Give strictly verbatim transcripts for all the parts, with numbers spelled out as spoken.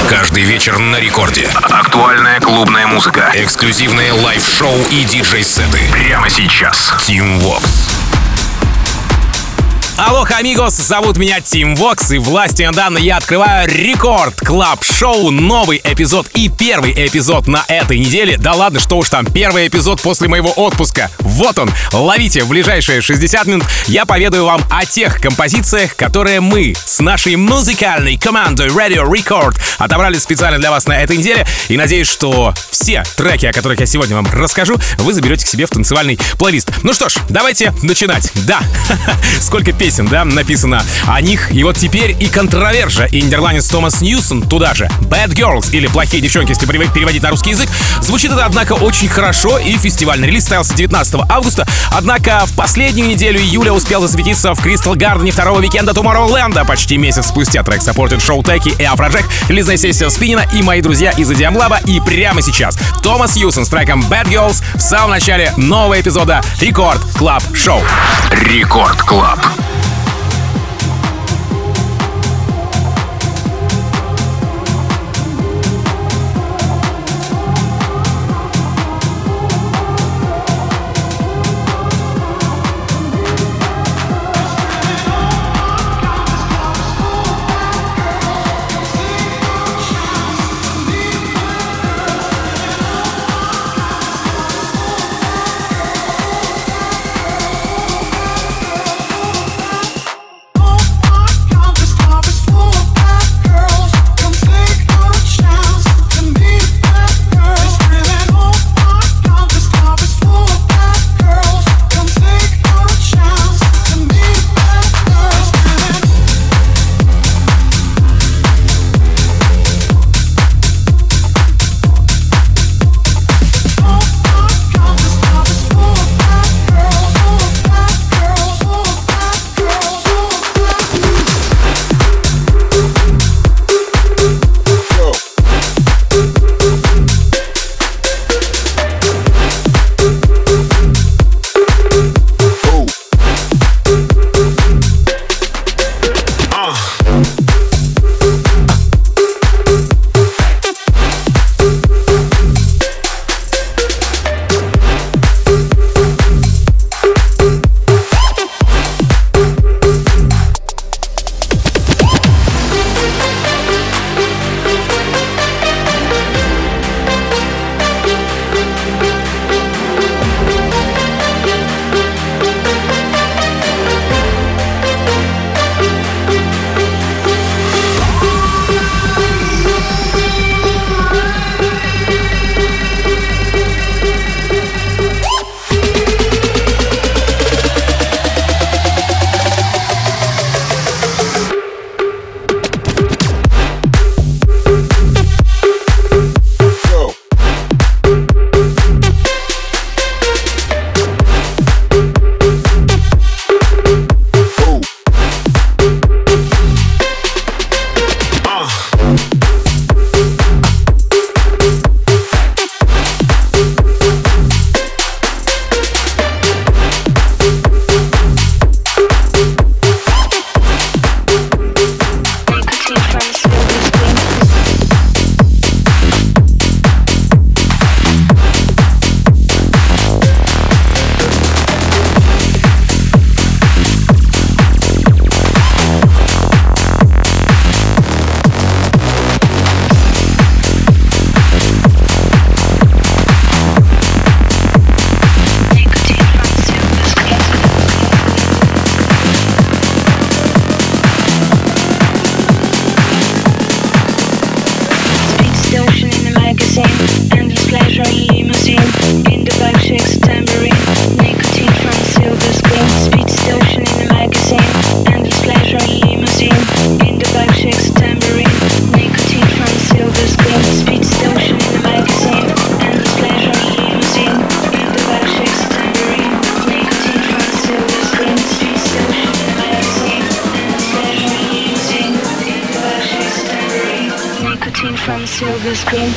Каждый вечер на рекорде. Актуальная клубная музыка. Эксклюзивные лайв-шоу и диджей-сеты. Прямо сейчас. Team Vox. Алло, амигос, зовут меня Team Vox, и властью недавно я открываю Рекорд Клаб Шоу, новый эпизод и первый эпизод на этой неделе. Да ладно, что уж там, первый эпизод после моего отпуска. Вот он, ловите в ближайшие шестьдесят минут. Я поведаю вам о тех композициях, которые мы с нашей музыкальной командой Radio Record отобрали специально для вас на этой неделе. И надеюсь, что все треки, о которых я сегодня вам расскажу, вы заберете к себе в танцевальный плейлист. Ну что ж, давайте начинать. Да, сколько песен, да, написано о них. И вот теперь и контровержа, и нидерландец Томас Ньюсон туда же. Bad Girls, или плохие девчонки, если переводить на русский язык. Звучит это, однако, очень хорошо, и фестивальный релиз состоялся девятнадцатого августа. Однако в последнюю неделю июля успел засветиться в Кристал Гардене второго викенда Tomorrowland. Почти месяц спустя трек Supported Show Теки и Афроджек, релизная сессия Спинина и мои друзья из Идиам Лаба. И прямо сейчас Томас Ньюсон с треком Bad Girls в самом начале нового эпизода Рекорд Клаб Шоу. Рекорд Клаб. From silver screen.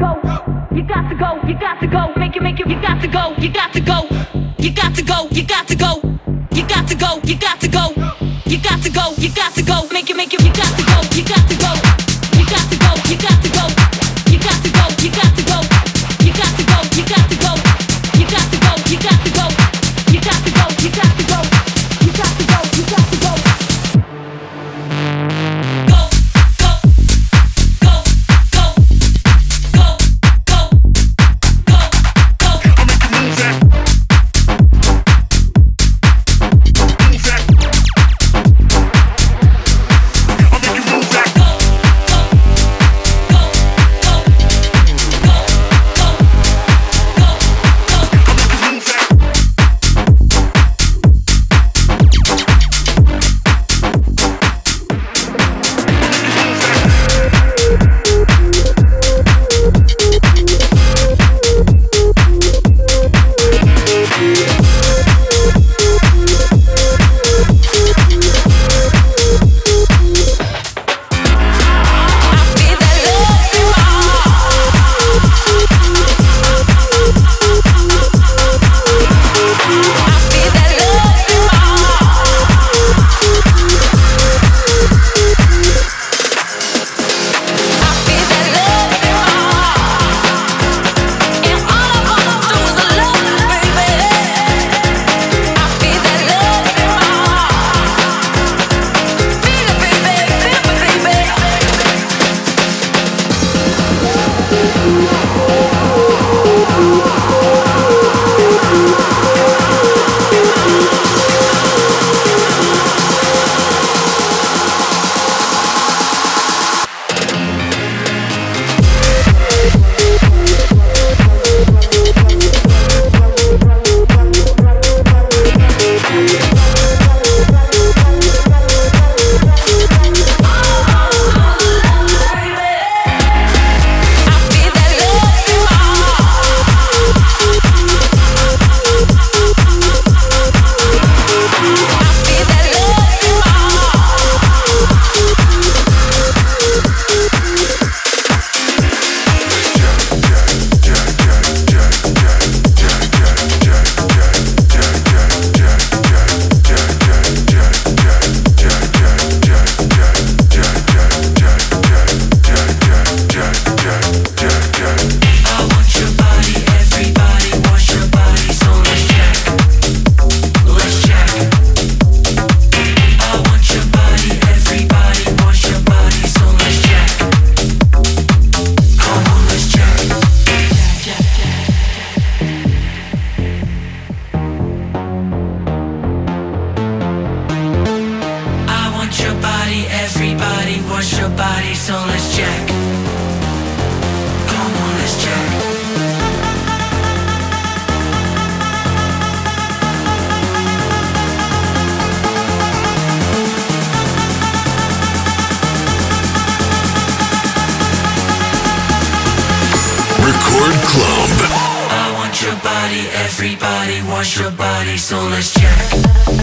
go, you got to go, you got to go, make it, make it, you got to go, you got to go, you got to go, you got to go, you got to go, you got to go, you got to go, you got to go, make it, make it, you got to go, you got to go, you got to go, you got to go, you got to go, you got to go, you got to go, you got to go, you got to go, you got to go, you got to go, you got to go, you got to go, you got to go. Everybody wants your body, so let's check.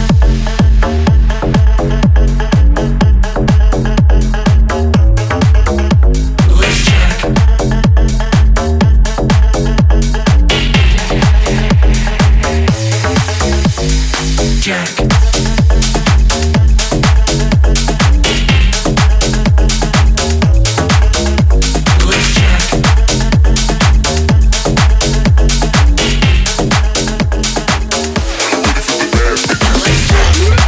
Let's check. Check. Let's check.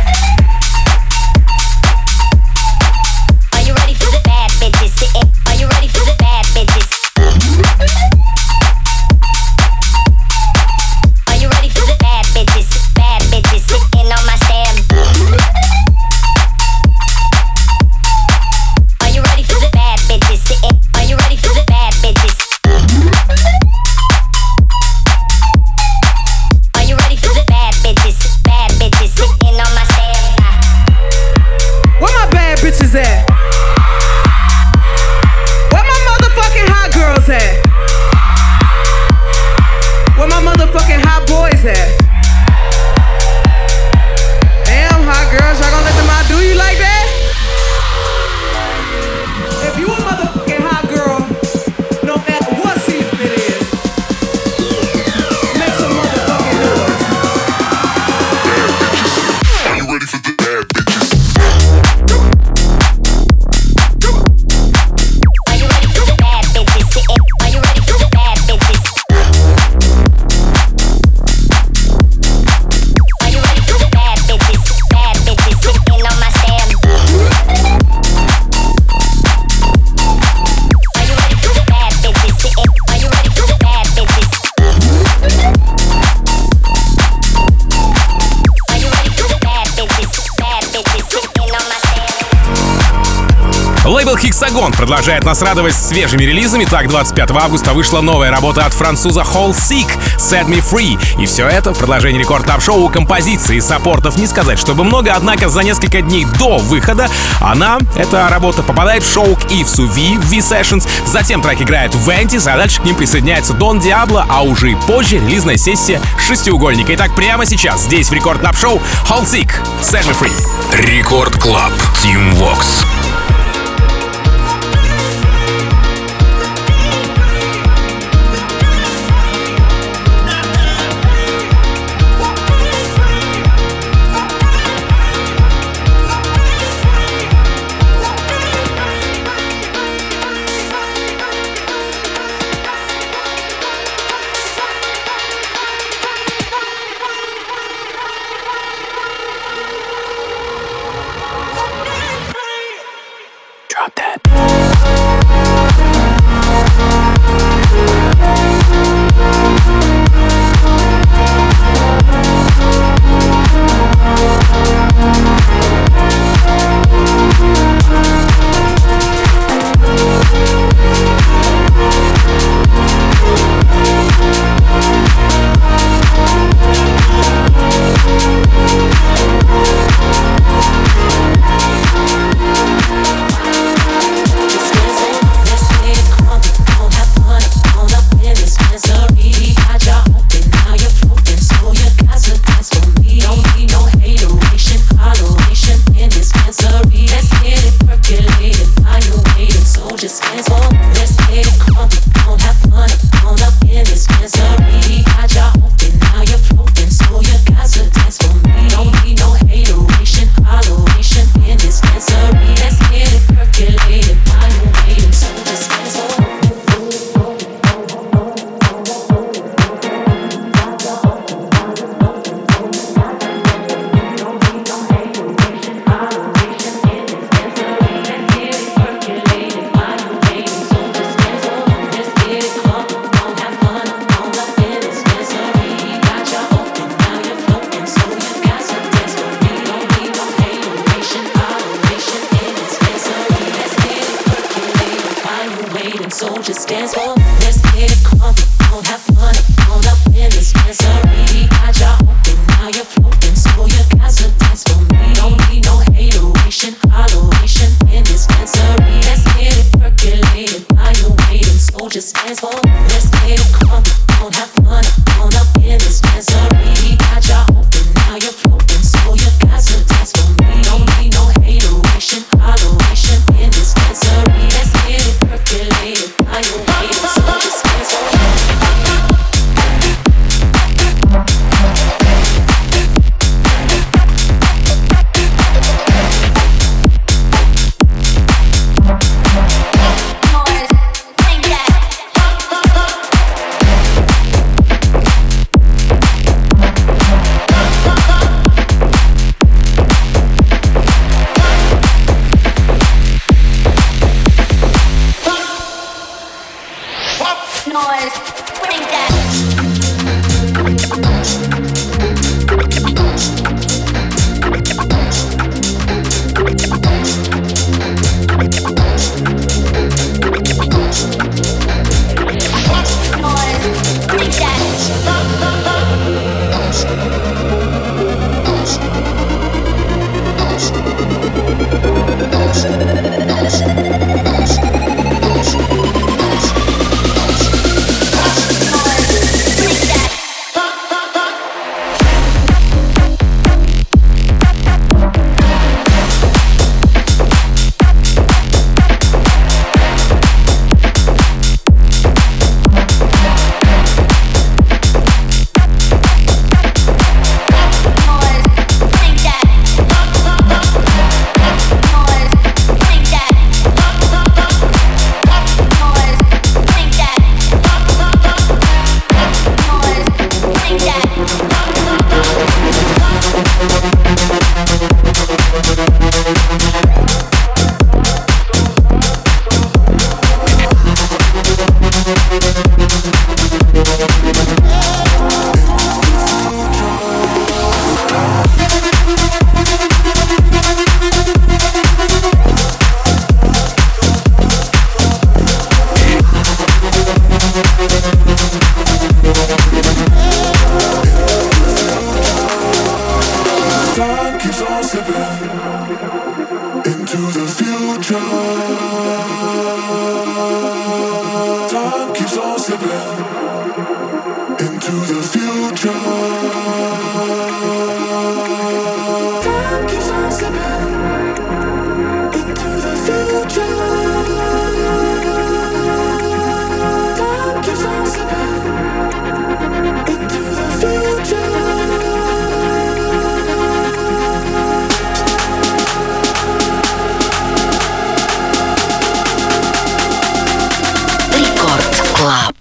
Hexagon продолжает нас радовать свежими релизами. Так, двадцать пятого августа вышла новая работа от француза Holseek Set Me Free. И все это в продолжении Рекорд Клаб Шоу. Композиции и саппортов не сказать, чтобы много, однако за несколько дней до выхода она, эта работа, попадает в шоу к Ивсу Ви в V-Sessions. Затем трек играет Ventis, а дальше к ним присоединяется Дон Диабло, а уже и позже релизная сессия шестиугольника. Итак, прямо сейчас здесь в Рекорд Клаб Шоу Holseek Set Me Free. Рекорд Клаб. Team Vox. into the future. Time keeps on slipping into the future. Time keeps on slipping into the future. Рекорд Клаб.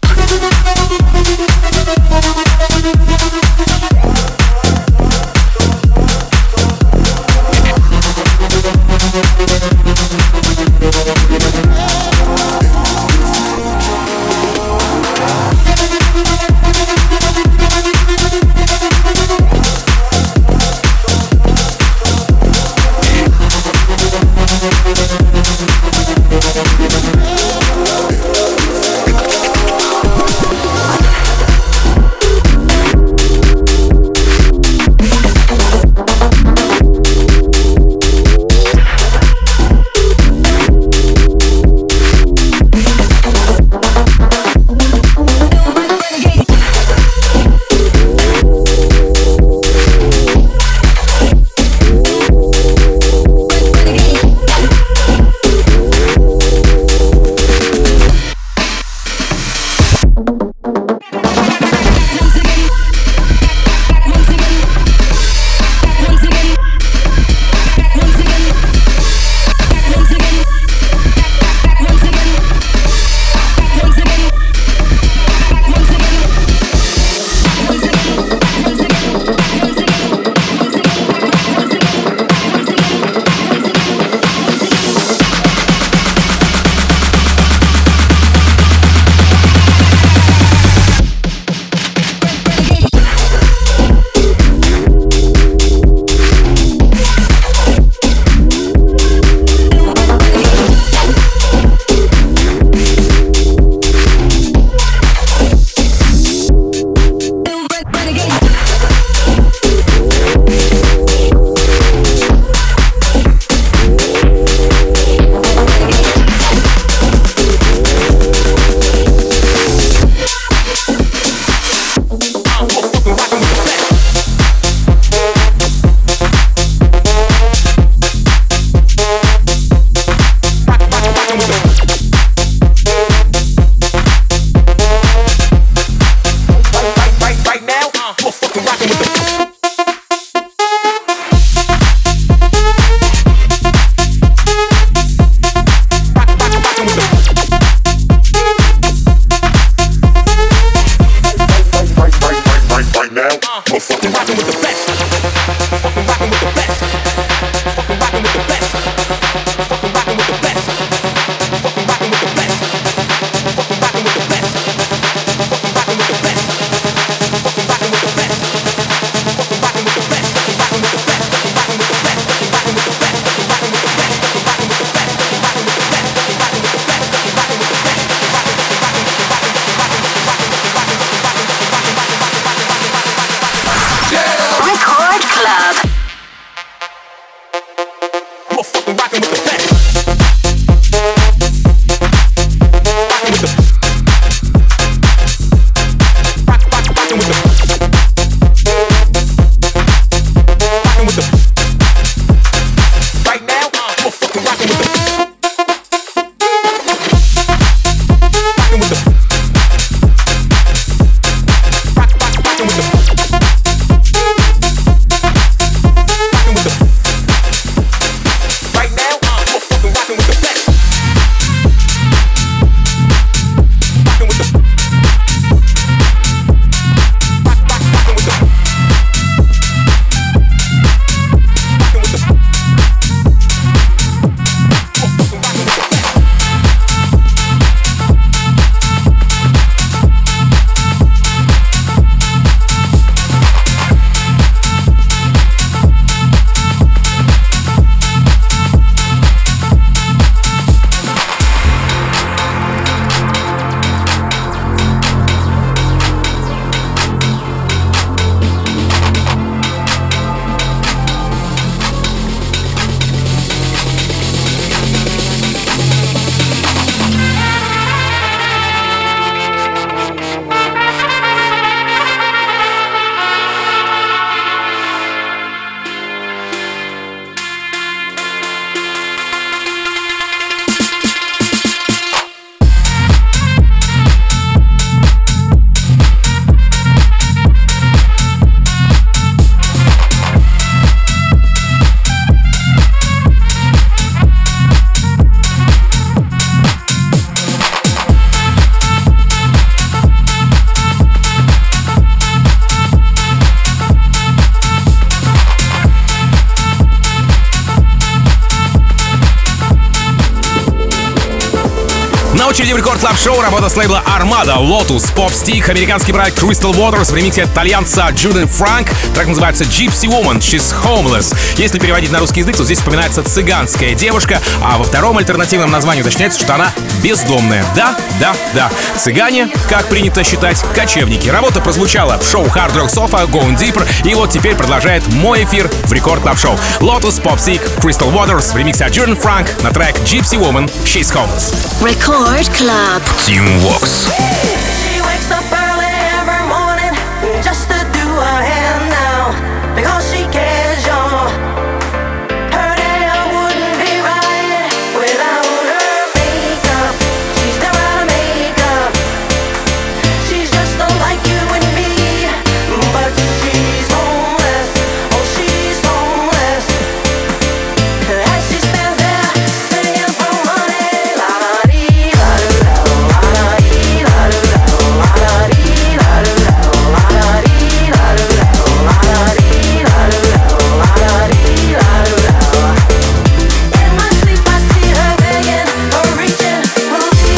очереди в Рекорд Клаб Шоу работа с лейбла Armada, Lotus, Pop Stick, американский проект Crystal Waters в ремиксе итальянца Джуден Франк. Трек называется Gypsy Woman, She's Homeless. Если переводить на русский язык, то здесь вспоминается цыганская девушка, а во втором альтернативном названии уточняется, что она бездомная. Да, да, да. Цыгане, как принято считать, кочевники. Работа прозвучала в шоу Hard Rock Sofa, Going Deeper, и вот теперь продолжает мой эфир в Рекорд Клаб Шоу. Lotus, Pop Stick, Crystal Waters в ремиксе Джуден Франк на трек Gypsy Woman, She's Homeless. Record Club. Team Vox. She wakes up early every morning just to do her hair now because she cares, y'all. Her day wouldn't be right without her makeup. She's never out of makeup. She's just like you and me, but she's homeless. Oh, she's homeless. As she stands there singing for money, la la dee la la la la dee la la la dee la la la dee la la la dee la la la dee la la. In my sleep I see her begging or reaching for me.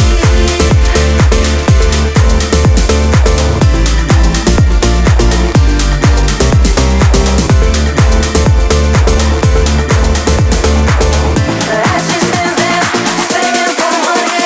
As she stands there singing for money.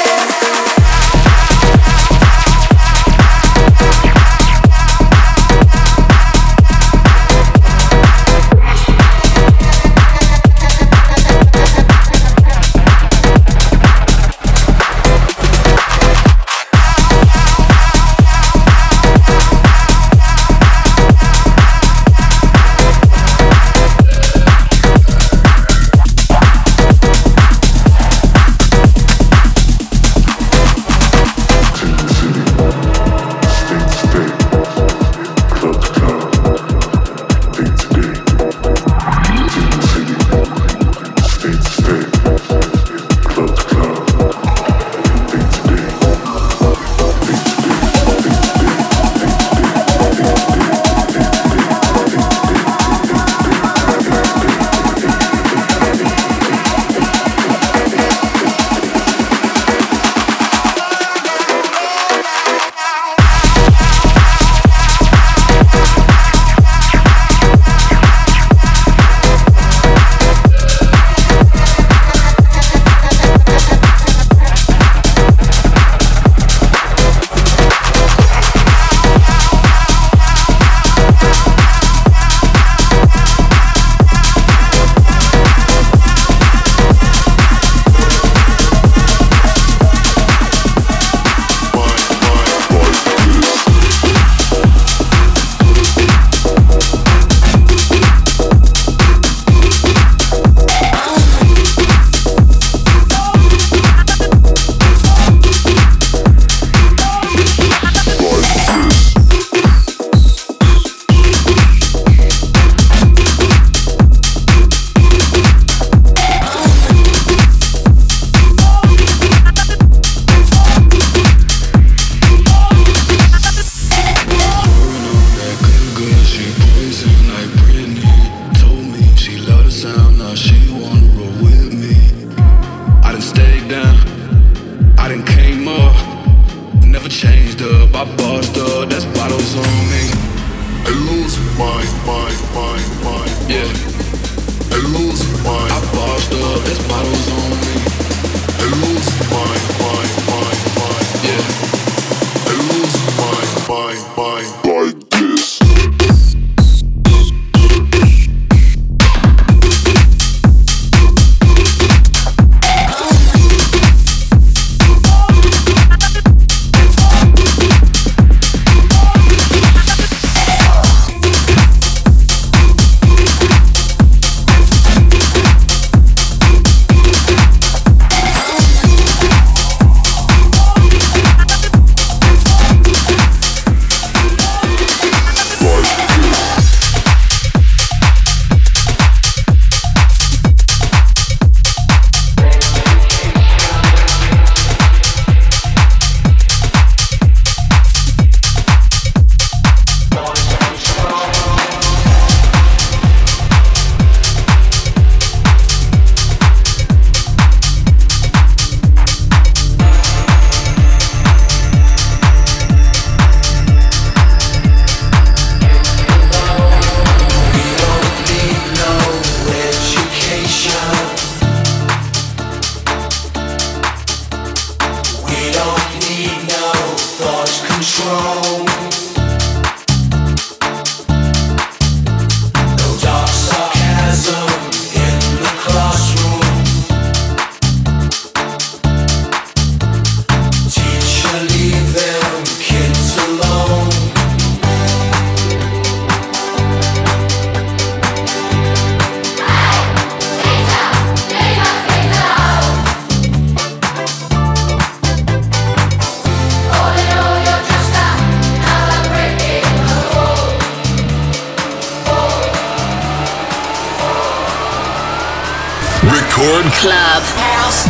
Record Club. House.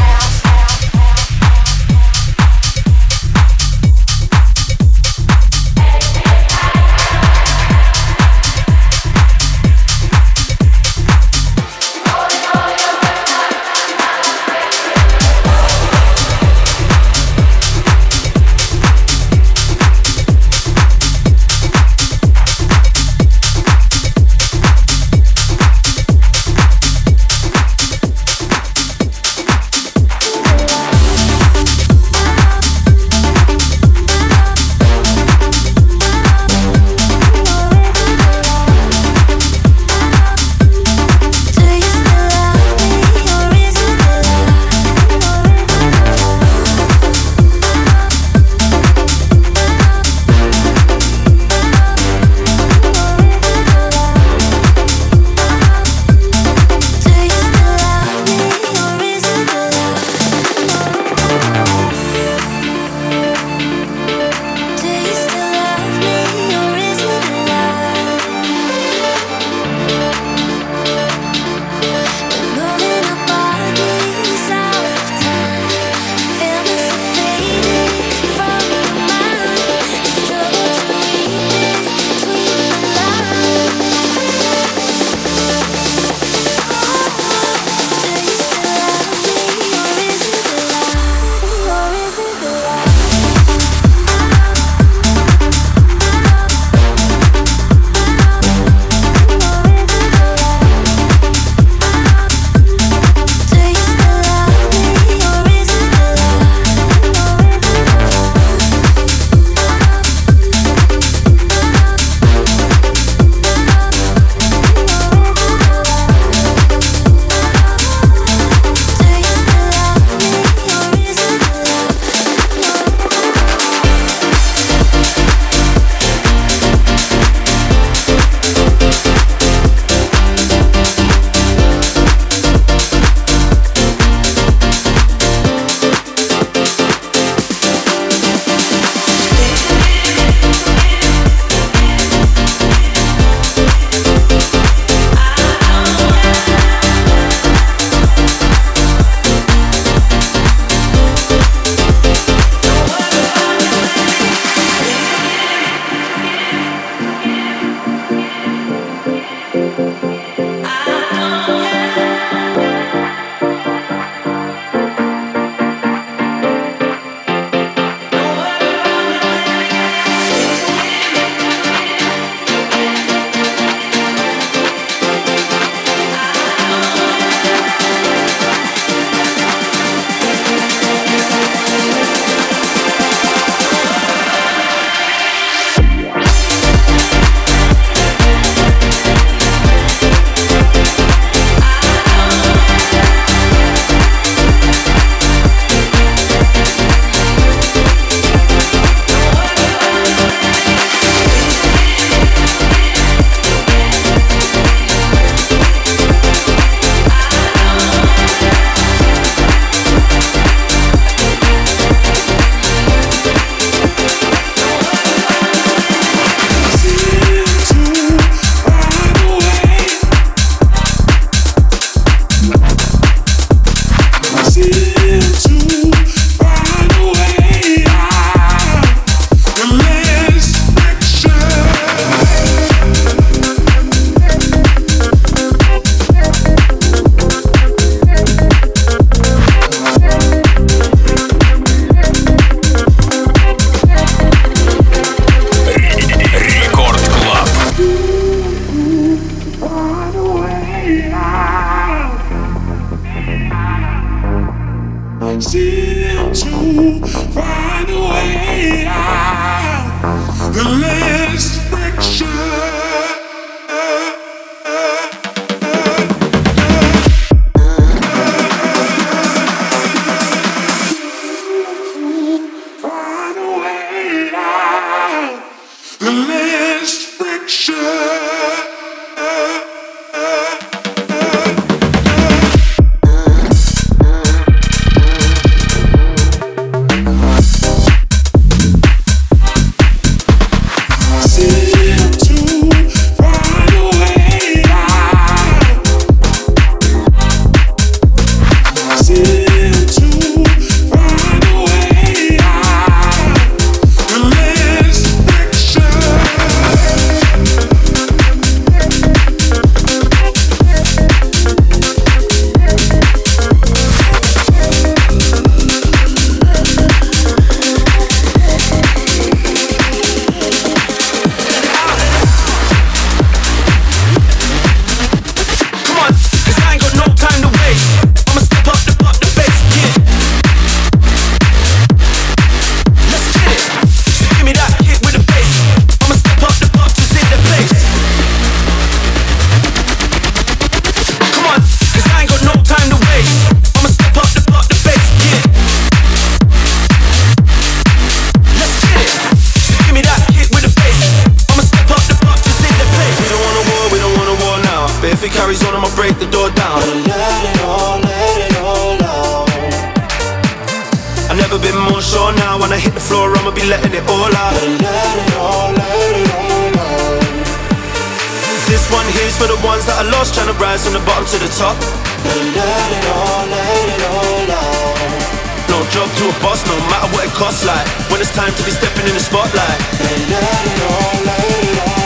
letting it all out. Let it all, let it all out. This one here's for the ones that are lost, trying to rise from the bottom to the top. Let it all, let it all out. No job to a boss, no matter what it costs. Like when it's time to be stepping in the spotlight. Let it all, let it all out.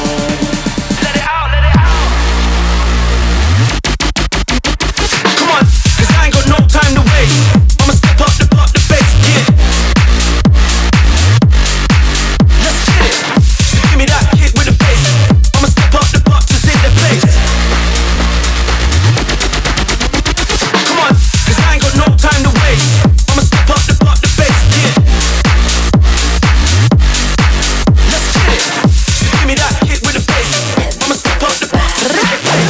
No time to waste. I'ma step up the up the bass, yeah. Let's get it. So give me that kick with the bass. I'ma step up the up to in the place. Come on, cause I ain't got no time to waste. I'ma step up the up the bass, yeah. Let's get it. So give me that kick with the bass. I'ma step up the up to in the place.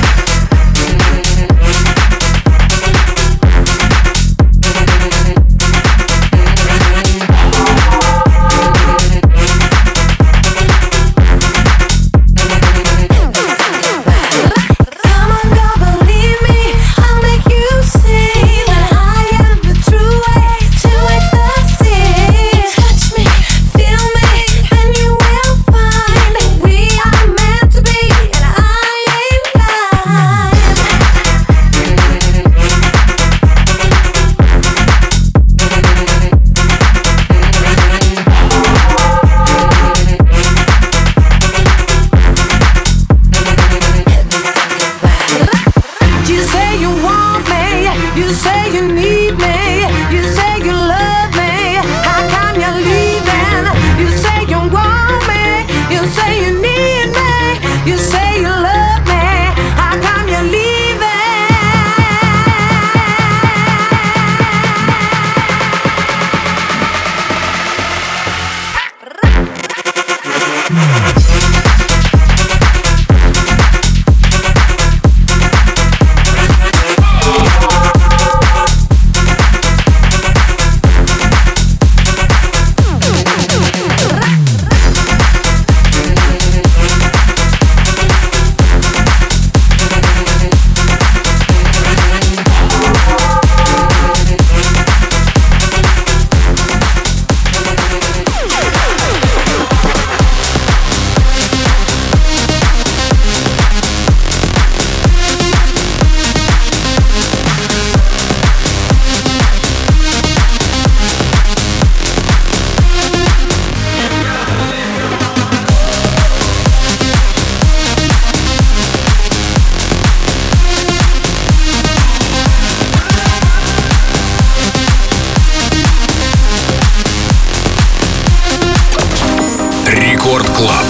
Рекорд Клаб.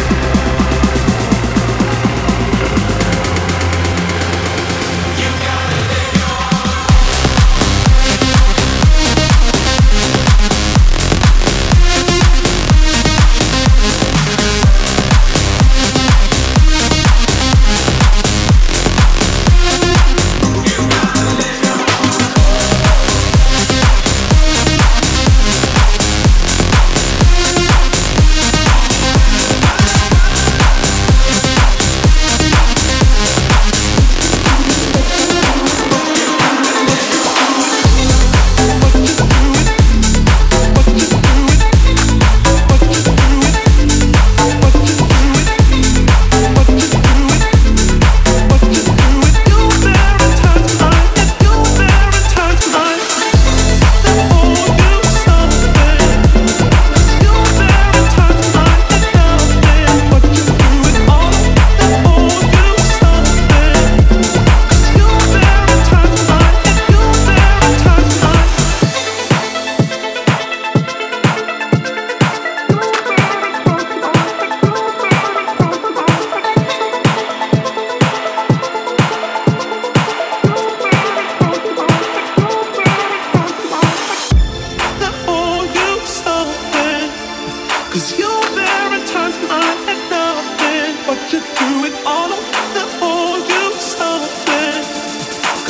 You got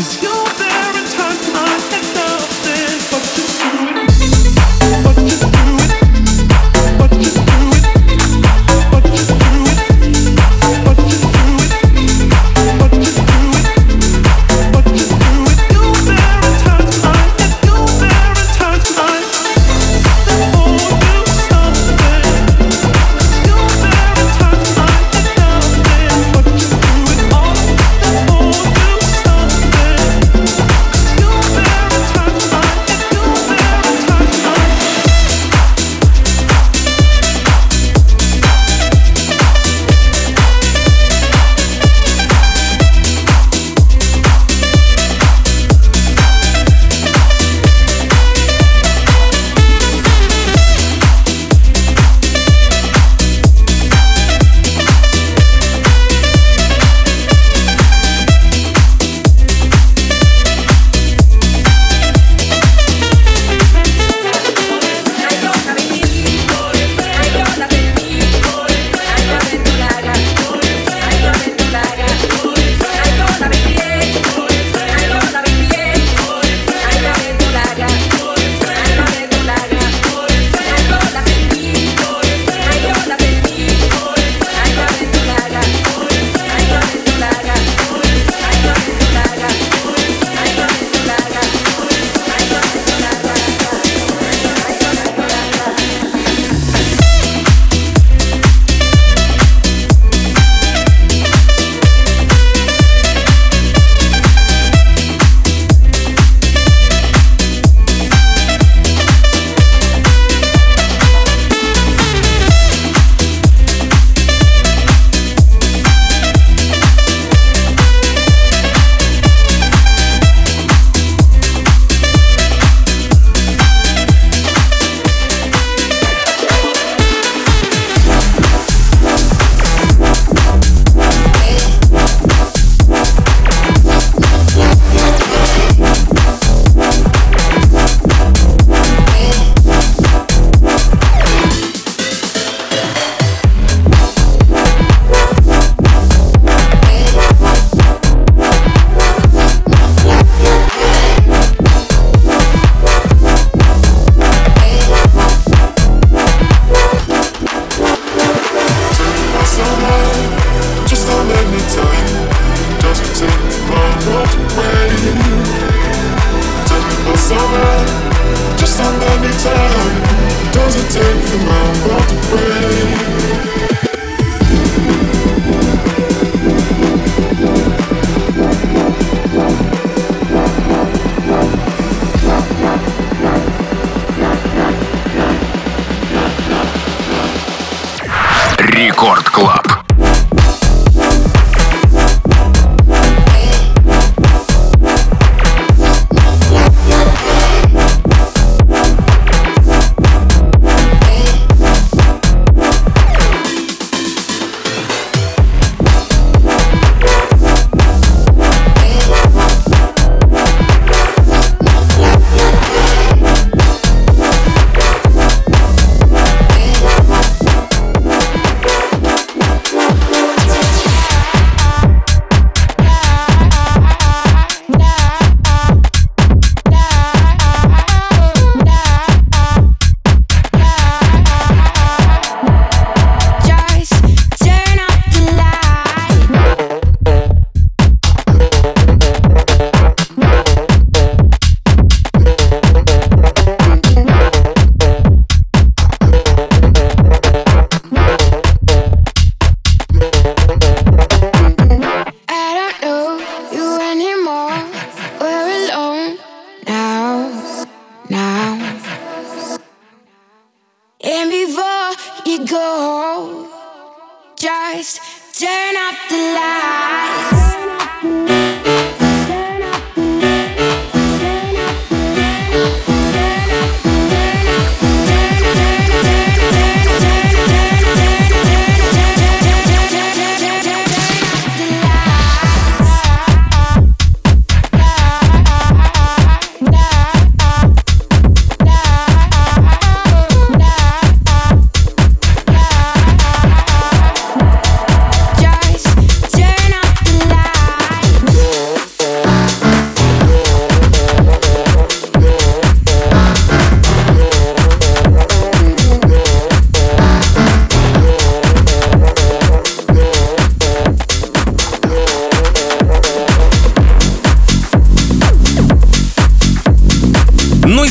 Рекорд Клаб.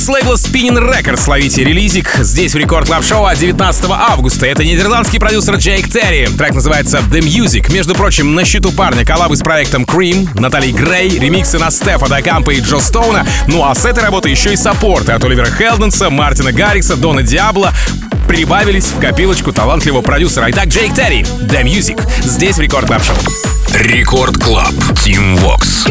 с лейбла Spinning Records ловите релизик здесь в Рекорд Клаб Шоу от девятнадцатого августа. Это нидерландский продюсер Джейк Терри. Трек называется The Music. Между прочим, на счету парня коллабы с проектом Cream, Натали Грей, ремиксы на Стефа Дакампа и Джо Стоуна. Ну а с этой работы еще и саппорты от Оливера Хелденса, Мартина Гаррикса, Дона Диабло прибавились в копилочку талантливого продюсера. Итак, Джейк Терри, The Music, здесь в Рекорд Клаб Шоу. Рекорд Клаб, Team Vox.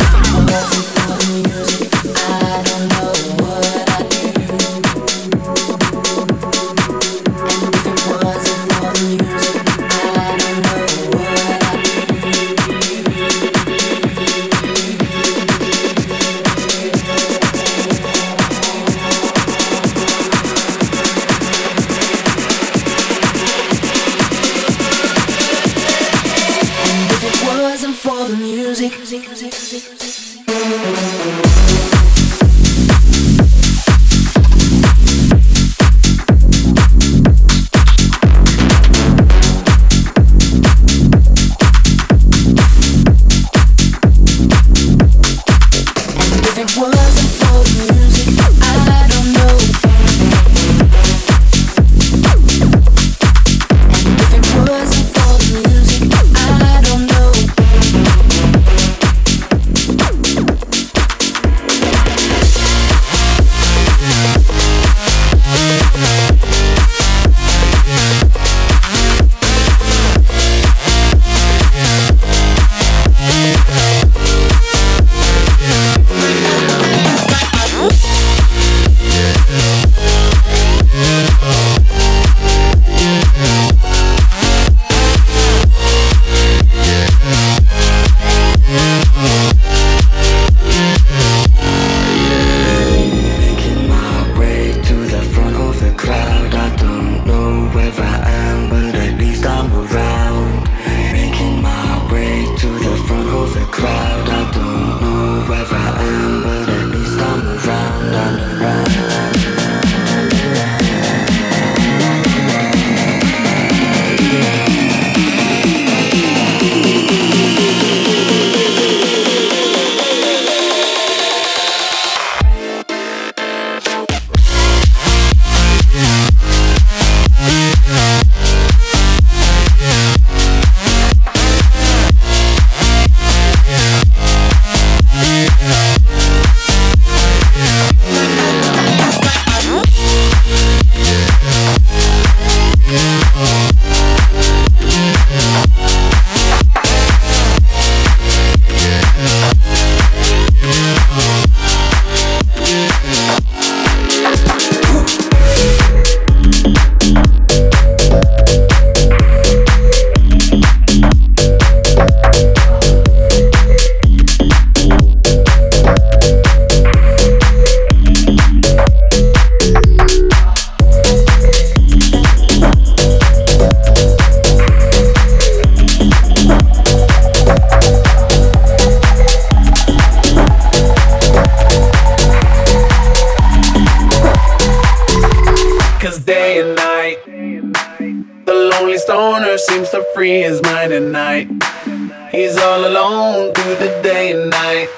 Free his mind at night. He's all alone through the day and night.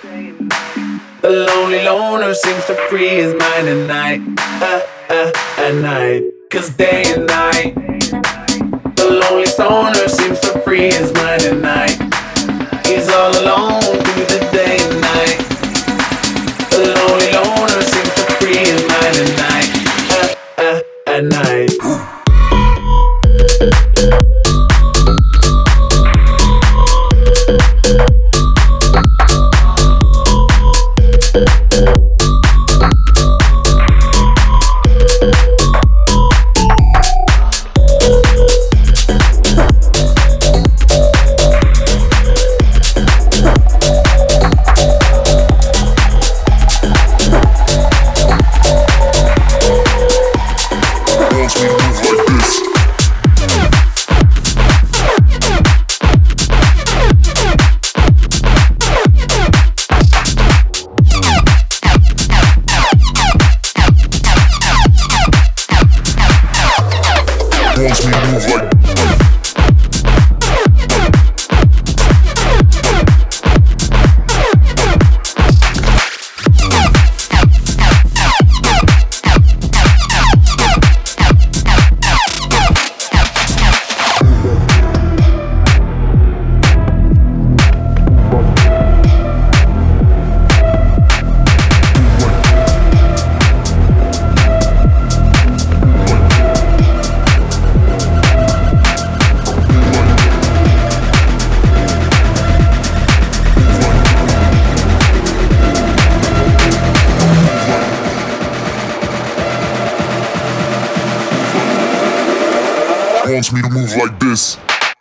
The lonely loner seems to free his mind at night. Uh, uh, at night. Cause day and night, the lonely stoner seems to free his mind at night. He's all alone through the day and night. The lonely loner seems to free his mind at night. Uh, uh, at night. wants me to move like this.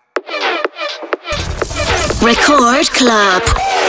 Record Club.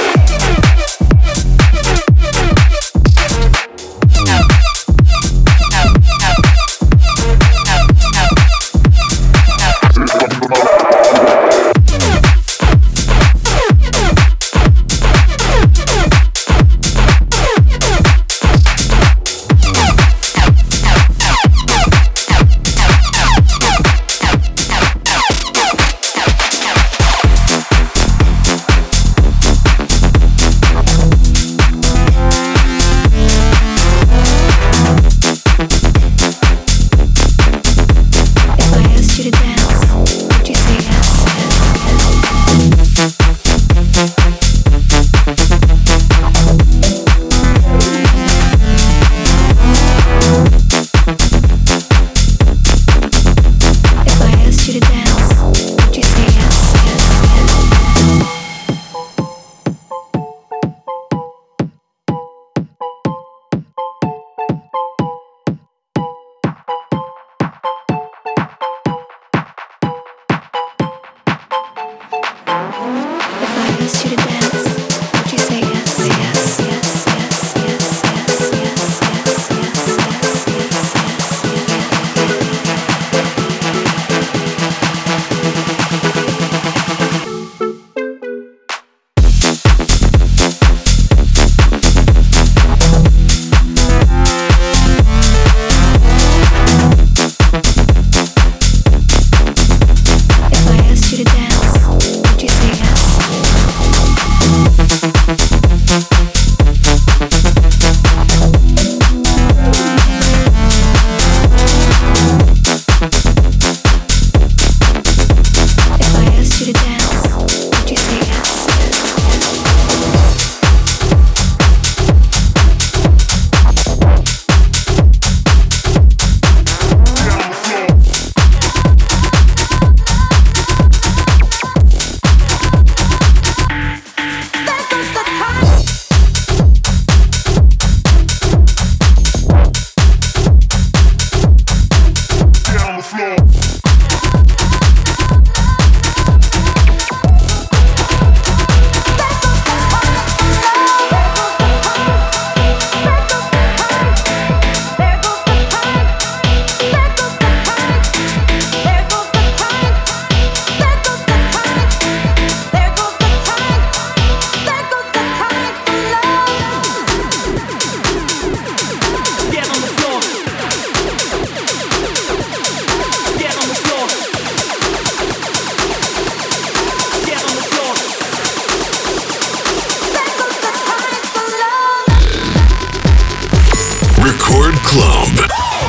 Record Club.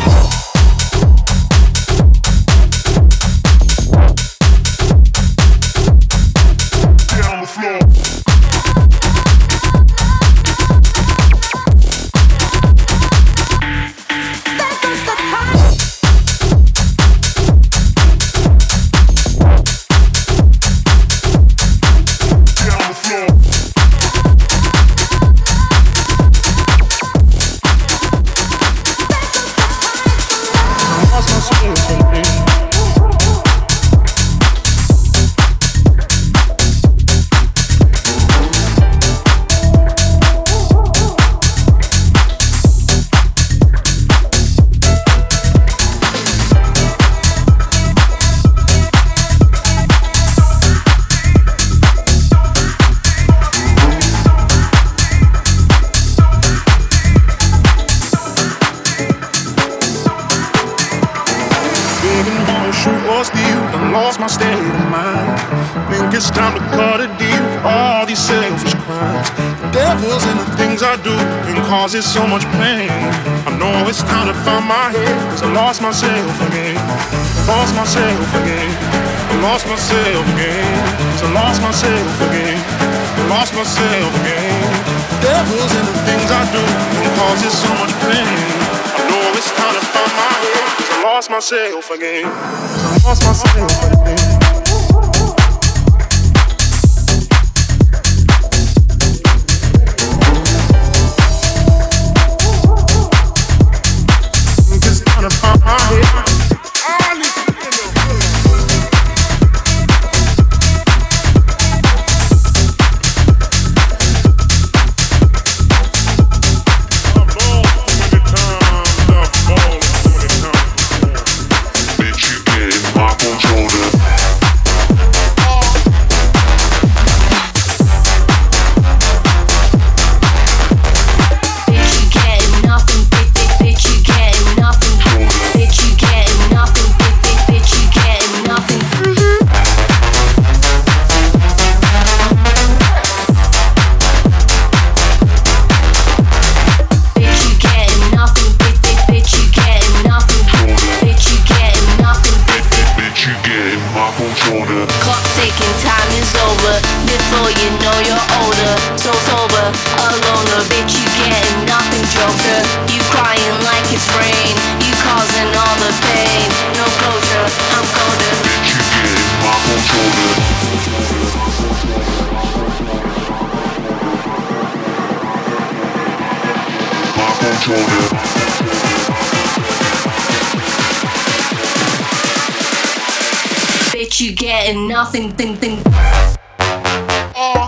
Causes so much pain. I know it's time to find my head, cause I lost myself again. Lost myself again. I lost myself again. So I lost myself again. I lost myself again. Devils in the things I do and causes so much pain. I know it's time to find my head, cause I lost myself again. I lost myself again. bitch, you getting nothing, joker. You crying like it's rain, you causing all the pain. No closure, I'm colder. Bitch, you getting my controller. My controller. Bitch, you getting nothing, thing, thing. Oh.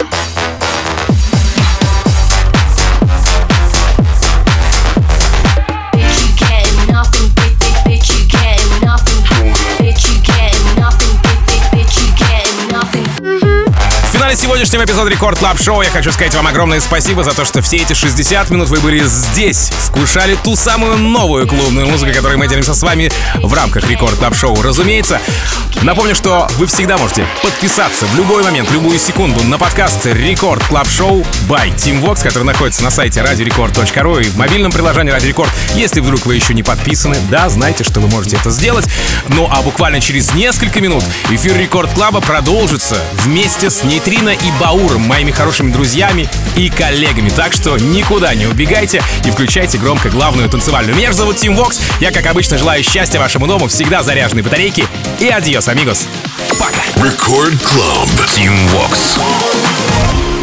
Bitch, you getting nothing, bitch, bitch, bitch, you getting nothing. Bitch, you getting nothing, bitch, bitch, bitch, you getting nothing. В финале сегодняшнего эпизода Рекорд Клаб Шоу я хочу сказать вам огромное спасибо за то, что все эти шестьдесят минут вы были здесь, вкушали ту самую новую клубную музыку, которой мы делимся с вами в рамках Рекорд Клаб Шоу. Разумеется, напомню, что вы всегда можете подписаться в любой момент, в любую секунду на подкаст Рекорд Клаб Шоу by Team Vox, который находится на сайте радио рекорд точка ру и в мобильном приложении Радио Рекорд. Если вдруг вы еще не подписаны, да, знайте, что вы можете это сделать. Ну а буквально через несколько минут эфир Рекорд Клаба продолжится вместе с Нейтрино и Бауром, моими хорошими друзьями и коллегами. Так что никуда не убегайте и включайте громко главную танцевальную. Меня же зовут Team Vox. Я, как обычно, желаю счастья вашему дому, всегда заряженной батарейки. И адьос, амигос. Пока. Record Club. Team Vox.